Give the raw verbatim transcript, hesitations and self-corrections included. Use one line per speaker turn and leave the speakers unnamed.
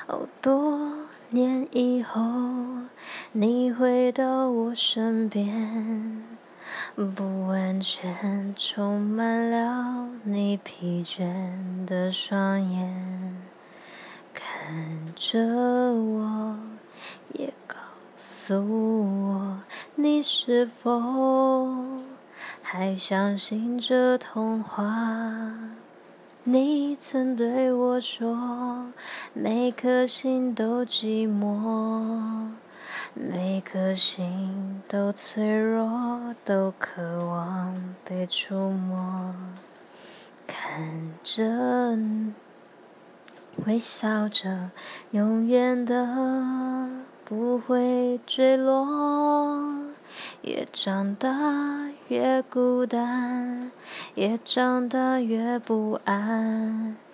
哦，多年以后，你回到我身边，不完全充满了你疲倦的双眼，看着我，也告诉我，你是否还相信这童话？你曾对我说，每颗心都寂寞，每颗心都脆弱，都渴望被触摸。看着你微笑着，永远的不会坠落。越长大越孤单，越长大越不安。